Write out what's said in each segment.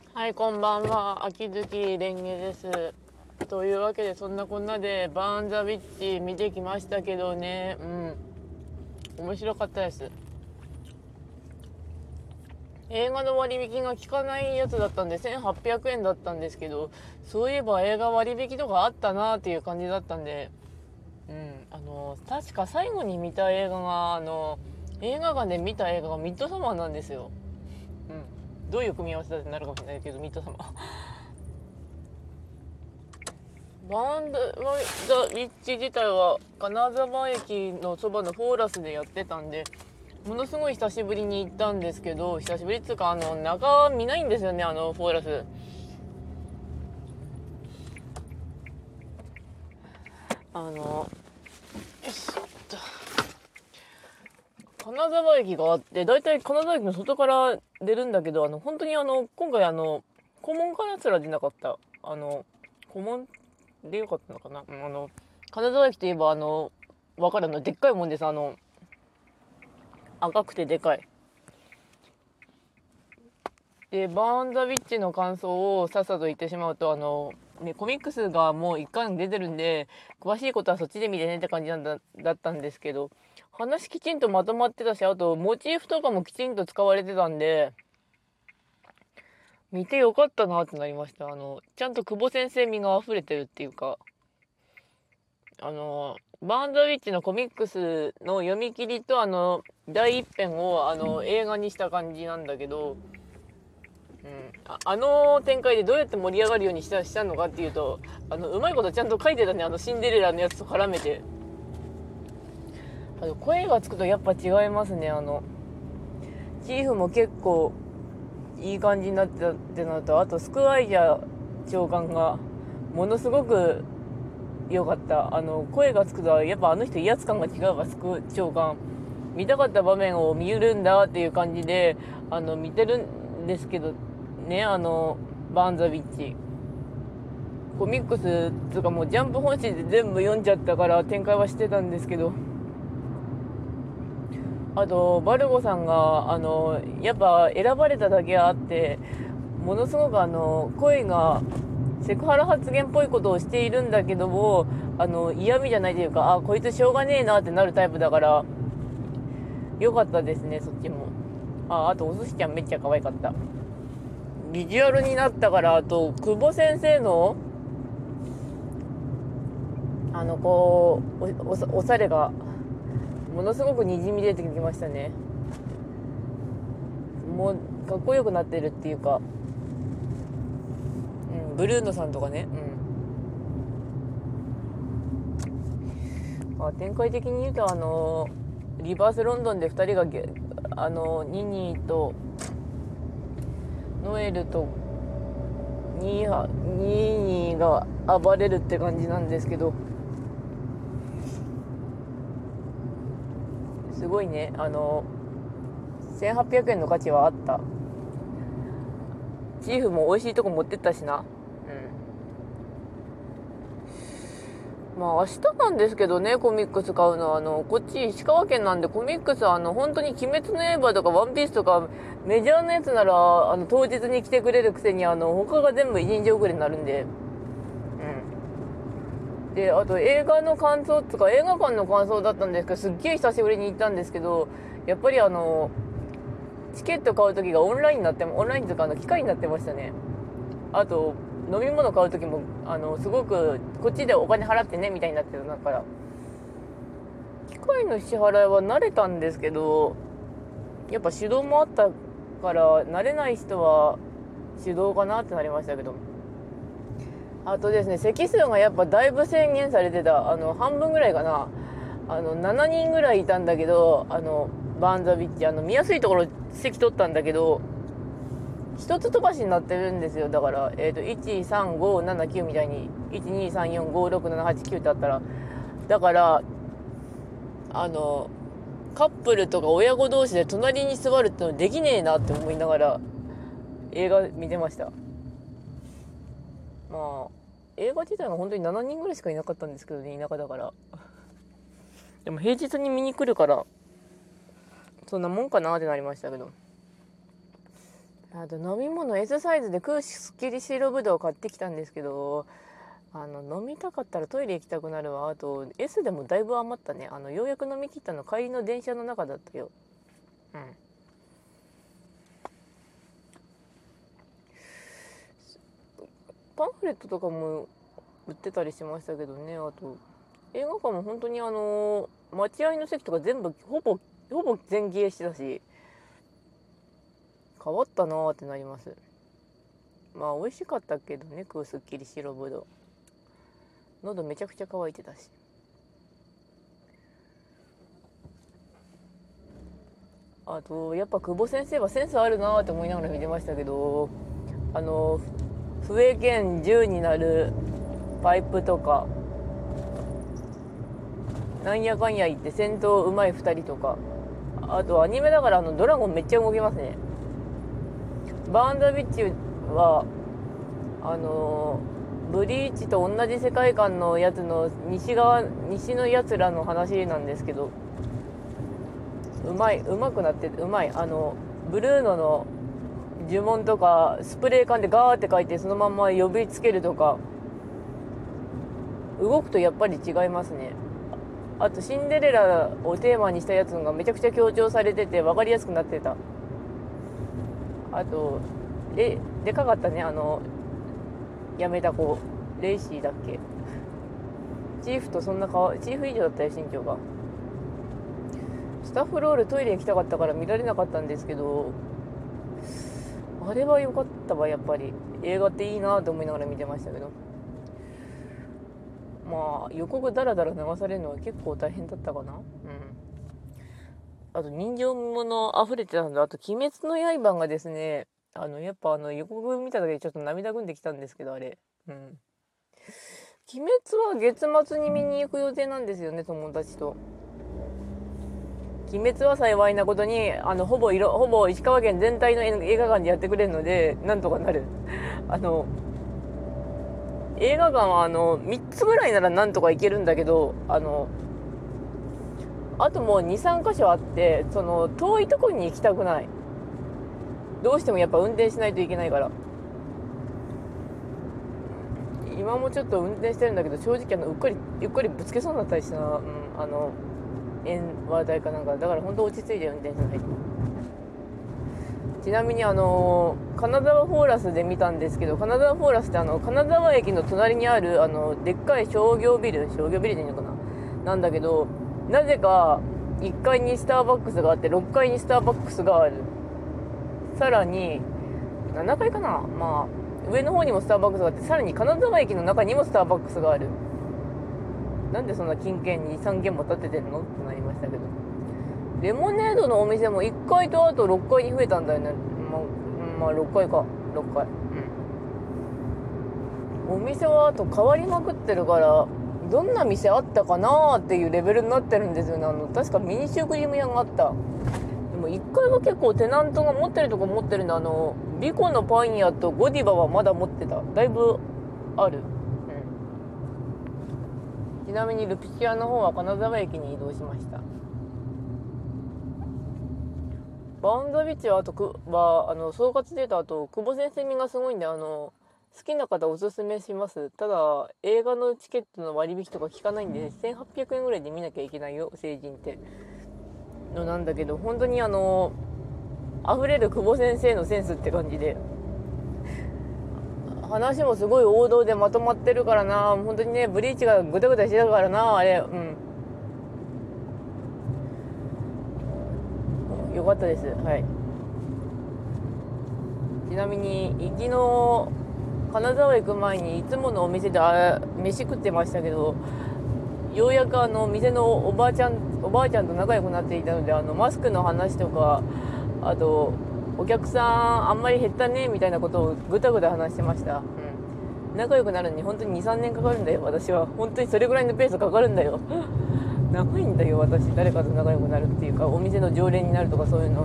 はい、こんばんは。秋月蓮華です。というわけで、そんなこんなでバーンザウィッチ見てきましたけどね、面白かったです。映画の割引が効かないやつだったんで1800円だったんですけど、そういえば映画割引とかあったなっていう感じだったんで、確か最後に見た映画が、映画館で見た映画がミッドサマーなんですよ。どういう組み合わせだってなるかもしれないけど、ミッドサマー。バーンザ・ウィッチ自体は金沢駅のそばのフォーラスでやってたんで、ものすごい久しぶりに行ったんですけど、久しぶりっていうか中見ないんですよね、フォーラス。よいしょっと、金沢駅があって、だいたい金沢駅の外から出るんだけど、本当に今回校門からすら出なかった。校門でよかったのかな。金沢駅といえばわかるのでっかいもんです。赤くてでかい。で、バーンザウィッチの感想をさっさと言ってしまうと、コミックスがもう一巻出てるんで、詳しいことはそっちで見てねって感じだったんですけど、話きちんとまとまってたし、あと、モチーフとかもきちんと使われてたんで、見てよかったなってなりました。ちゃんと久保先生味が溢れてるっていうか、バーンザウィッチのコミックスの読み切りと第一編を映画にした感じなんだけど、あの展開でどうやって盛り上がるようにしたのかっていうと、うまいことちゃんと書いてたね、シンデレラのやつと絡めて。声がつくとやっぱ違いますね。チーフも結構いい感じになってたってなると、あとスクワイジャー長官がものすごく良かった。声がつくとやっぱあの人威圧感が違うわ。スク長官見たかった場面を見るんだっていう感じで見てるんですけどね。バーンザビッチコミックスとかもうジャンプ本誌で全部読んじゃったから展開はしてたんですけど、あとバルゴさんがやっぱ選ばれただけあってものすごく声がセクハラ発言っぽいことをしているんだけども嫌味じゃないというか、こいつしょうがねえなってなるタイプだからよかったですね。そっちもあとお寿司ちゃんめっちゃ可愛かった。ビジュアルになったから。あと久保先生のおしゃれがものすごくにじみ出てきましたね。もうかっこよくなってるっていうか、ブルーノさんとかね。展開的に言うとリバースロンドンで2人がニニーとノエルとニーニーが暴れるって感じなんですけど、すごいね。1800円の価値はあった。チーフも美味しいとこ持ってったしな。まあ明日なんですけどね、コミックス買うのはこっち石川県なんで、コミックスは本当に鬼滅の刃とかワンピースとかメジャーなやつなら当日に来てくれるくせに他が全部1日遅れになるんで。で、あと映画の感想とか映画館の感想だったんですけど、すっげえ久しぶりに行ったんですけど、やっぱりチケット買う時がオンラインというか機械になってましたね。あと飲み物買う時もすごくこっちでお金払ってねみたいになってる。だから機械の支払いは慣れたんですけど、やっぱ手動もあったから慣れない人は手動かなってなりましたけど。あとですね、席数がやっぱだいぶ制限されてた。半分ぐらいかな。7人ぐらいいたんだけど、バーンザビッチ見やすいところ席取ったんだけど、一つ飛ばしになってるんですよ。だから、13579みたいに123456789ってあったら、だからカップルとか親子同士で隣に座るってのできねえなって思いながら映画見てました。まあ映画自体が本当に7人ぐらいしかいなかったんですけどね、田舎だから。でも平日に見に来るからそんなもんかなってなりましたけど。 あと飲み物 S サイズで空すっきり白ぶどう買ってきたんですけど、飲みたかったらトイレ行きたくなるわ。あと S でもだいぶ余ったね。ようやく飲み切ったの帰りの電車の中だったよ。うん。パンフレットとかも売ってたりしましたけどね。あと映画館も本当に待合の席とか全部ほぼ全消えしてたし、変わったなーってなります。まあ美味しかったけどね、空すっきり白ぶどう。喉めちゃくちゃ乾いてたし。あとやっぱ久保先生はセンスあるなーって思いながら見てましたけど、笛剣銃になるパイプとか、なんやかんや言って戦闘うまい2人とか、あとアニメだからドラゴンめっちゃ動きますね。バーンザビッチはブリーチと同じ世界観のやつの西のやつらの話なんですけど、うまくなってうまい。ブルーノの呪文とかスプレー缶でガーって書いてそのまんま呼びつけるとか、動くとやっぱり違いますね。あとシンデレラをテーマにしたやつがめちゃくちゃ強調されてて分かりやすくなってた。あとでかかったね、辞めた子レイシーだっけ。チーフとそんなチーフ以上だったよ身長が。スタッフロールトイレ行きたかったから見られなかったんですけど、あれは良かったわ。やっぱり映画っていいなと思いながら見てましたけど、まあ予告ダラダラ流されるのは結構大変だったかな。うん。あと人情物溢れてたんだ。あと鬼滅の刃がですね、やっぱ予告見ただけでちょっと涙ぐんできたんですけど、あれ。うん。鬼滅は月末に見に行く予定なんですよね、友達と。鬼滅は幸いなことに、ほぼ石川県全体の映画館でやってくれるので、なんとかなる。映画館は3つぐらいならなんとか行けるんだけど、あともう2、3箇所あって、遠いところに行きたくない。どうしてもやっぱ運転しないといけないから。今もちょっと運転してるんだけど、正直ゆっくりぶつけそうになったりしたな。うん、話題かなんか。だから本当落ち着いて運転しないと。ちなみに金沢フォーラスで見たんですけど、金沢フォーラスって金沢駅の隣にあるでっかい商業ビルでいいのかな、なんだけど、なぜか1階にスターバックスがあって6階にスターバックスがある。さらに7階かな、まあ上の方にもスターバックスがあって、さらに金沢駅の中にもスターバックスがある。なんでそんな近県に3軒も建ててんのってなりましたけど、レモネードのお店も1階とあと6階に増えたんだよね。まあ6階か。6階。うん。お店はあと変わりまくってるから、どんな店あったかなーっていうレベルになってるんですよね。確かミニシュークリーム屋があった。でも1階は結構テナントが持ってるとこ持ってるんで、ビコのパン屋とゴディバはまだ持ってた。だいぶある。うん。ちなみにルピシアの方は金沢駅に移動しました。バウンドビッチは総括で言うと、あと久保先生味がすごいんで、好きな方おすすめします。ただ映画のチケットの割引とか効かないんで、1800円ぐらいで見なきゃいけないよ、成人ってのなんだけど、本当に溢れる久保先生のセンスって感じで、話もすごい王道でまとまってるからな。本当にね、ブリーチがグダグダしてたからな、あれ。うん、よかったです。はい。ちなみに行きの金沢行く前にいつものお店で飯食ってましたけど、ようやく店のおばあちゃんと仲良くなっていたので、マスクの話とか、あとお客さんあんまり減ったねみたいなことをぐだぐだ話してました。うん、仲良くなるのに本当に 2,3 年かかるんだよ。私は本当にそれぐらいのペースかかるんだよ。長いんだよ私、誰かと仲良くなるっていうか、お店の常連になるとかそういうの。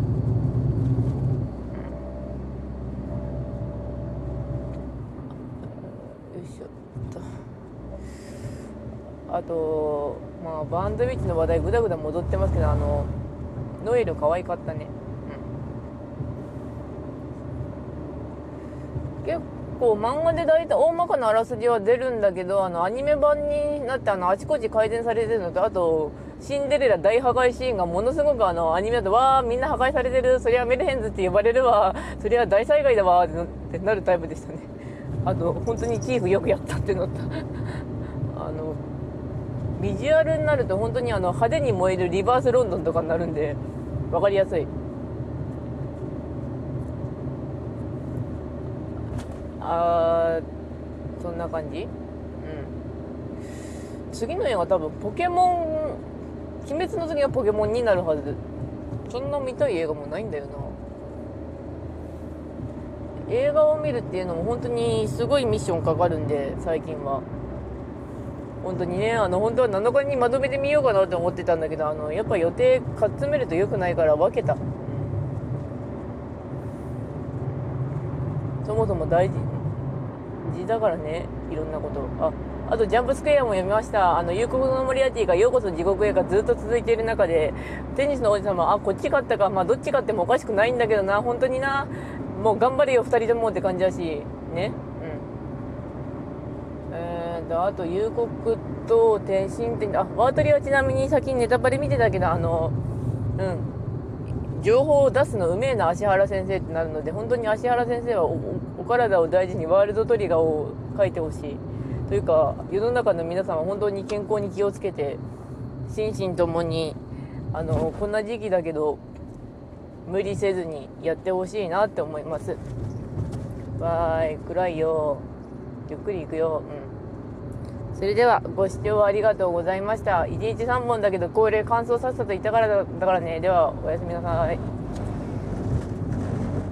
あと、まあ、バンドビッチの話題ぐだぐだ戻ってますけど、ノエル可愛かったね。 結構漫画で大体大まかなあらすじは出るんだけど、アニメ版になってあちこち改善されてるのと、あとシンデレラ大破壊シーンがものすごくアニメだと、わーみんな破壊されてる、そりゃメルヘンズって呼ばれるわ、そりゃ大災害だわってなるタイプでしたね。本当にチーフよくやったってなったビジュアルになると本当に派手に燃えるリバースロンドンとかになるんで分かりやすい。そんな感じ。次の映画多分ポケモン、鬼滅の次はポケモンになるはず。そんな見たい映画もないんだよな。映画を見るっていうのも本当にすごいミッションかかるんで、最近は本当にね、本当は7日にまとめてみようかなと思ってたんだけど、やっぱ予定かっ詰めると良くないから分けた。そもそも大事だからね、いろんなこと。あとジャンプスクエアも読みました。夕刻のモリアーティがようこそ地獄へがずっと続いている中で、テニスの王子様、こっち勝ったか、どっち勝ってもおかしくないんだけどな、本当にな、もう頑張れよ2人ともって感じだしね。あと夕刻と天心ってワートリはちなみに先にネタバレ見てたけど、情報を出すのうめえな芦原先生ってなるので、本当に芦原先生は お体を大事にワールドトリガーを書いてほしいというか、世の中の皆さんは本当に健康に気をつけて、心身ともにこんな時期だけど無理せずにやってほしいなって思います。わーい、暗いよ、ゆっくり行くよ。それではご視聴ありがとうございました。1日3本だけどこれ乾燥さっさといったからだからね。ではおやすみなさい。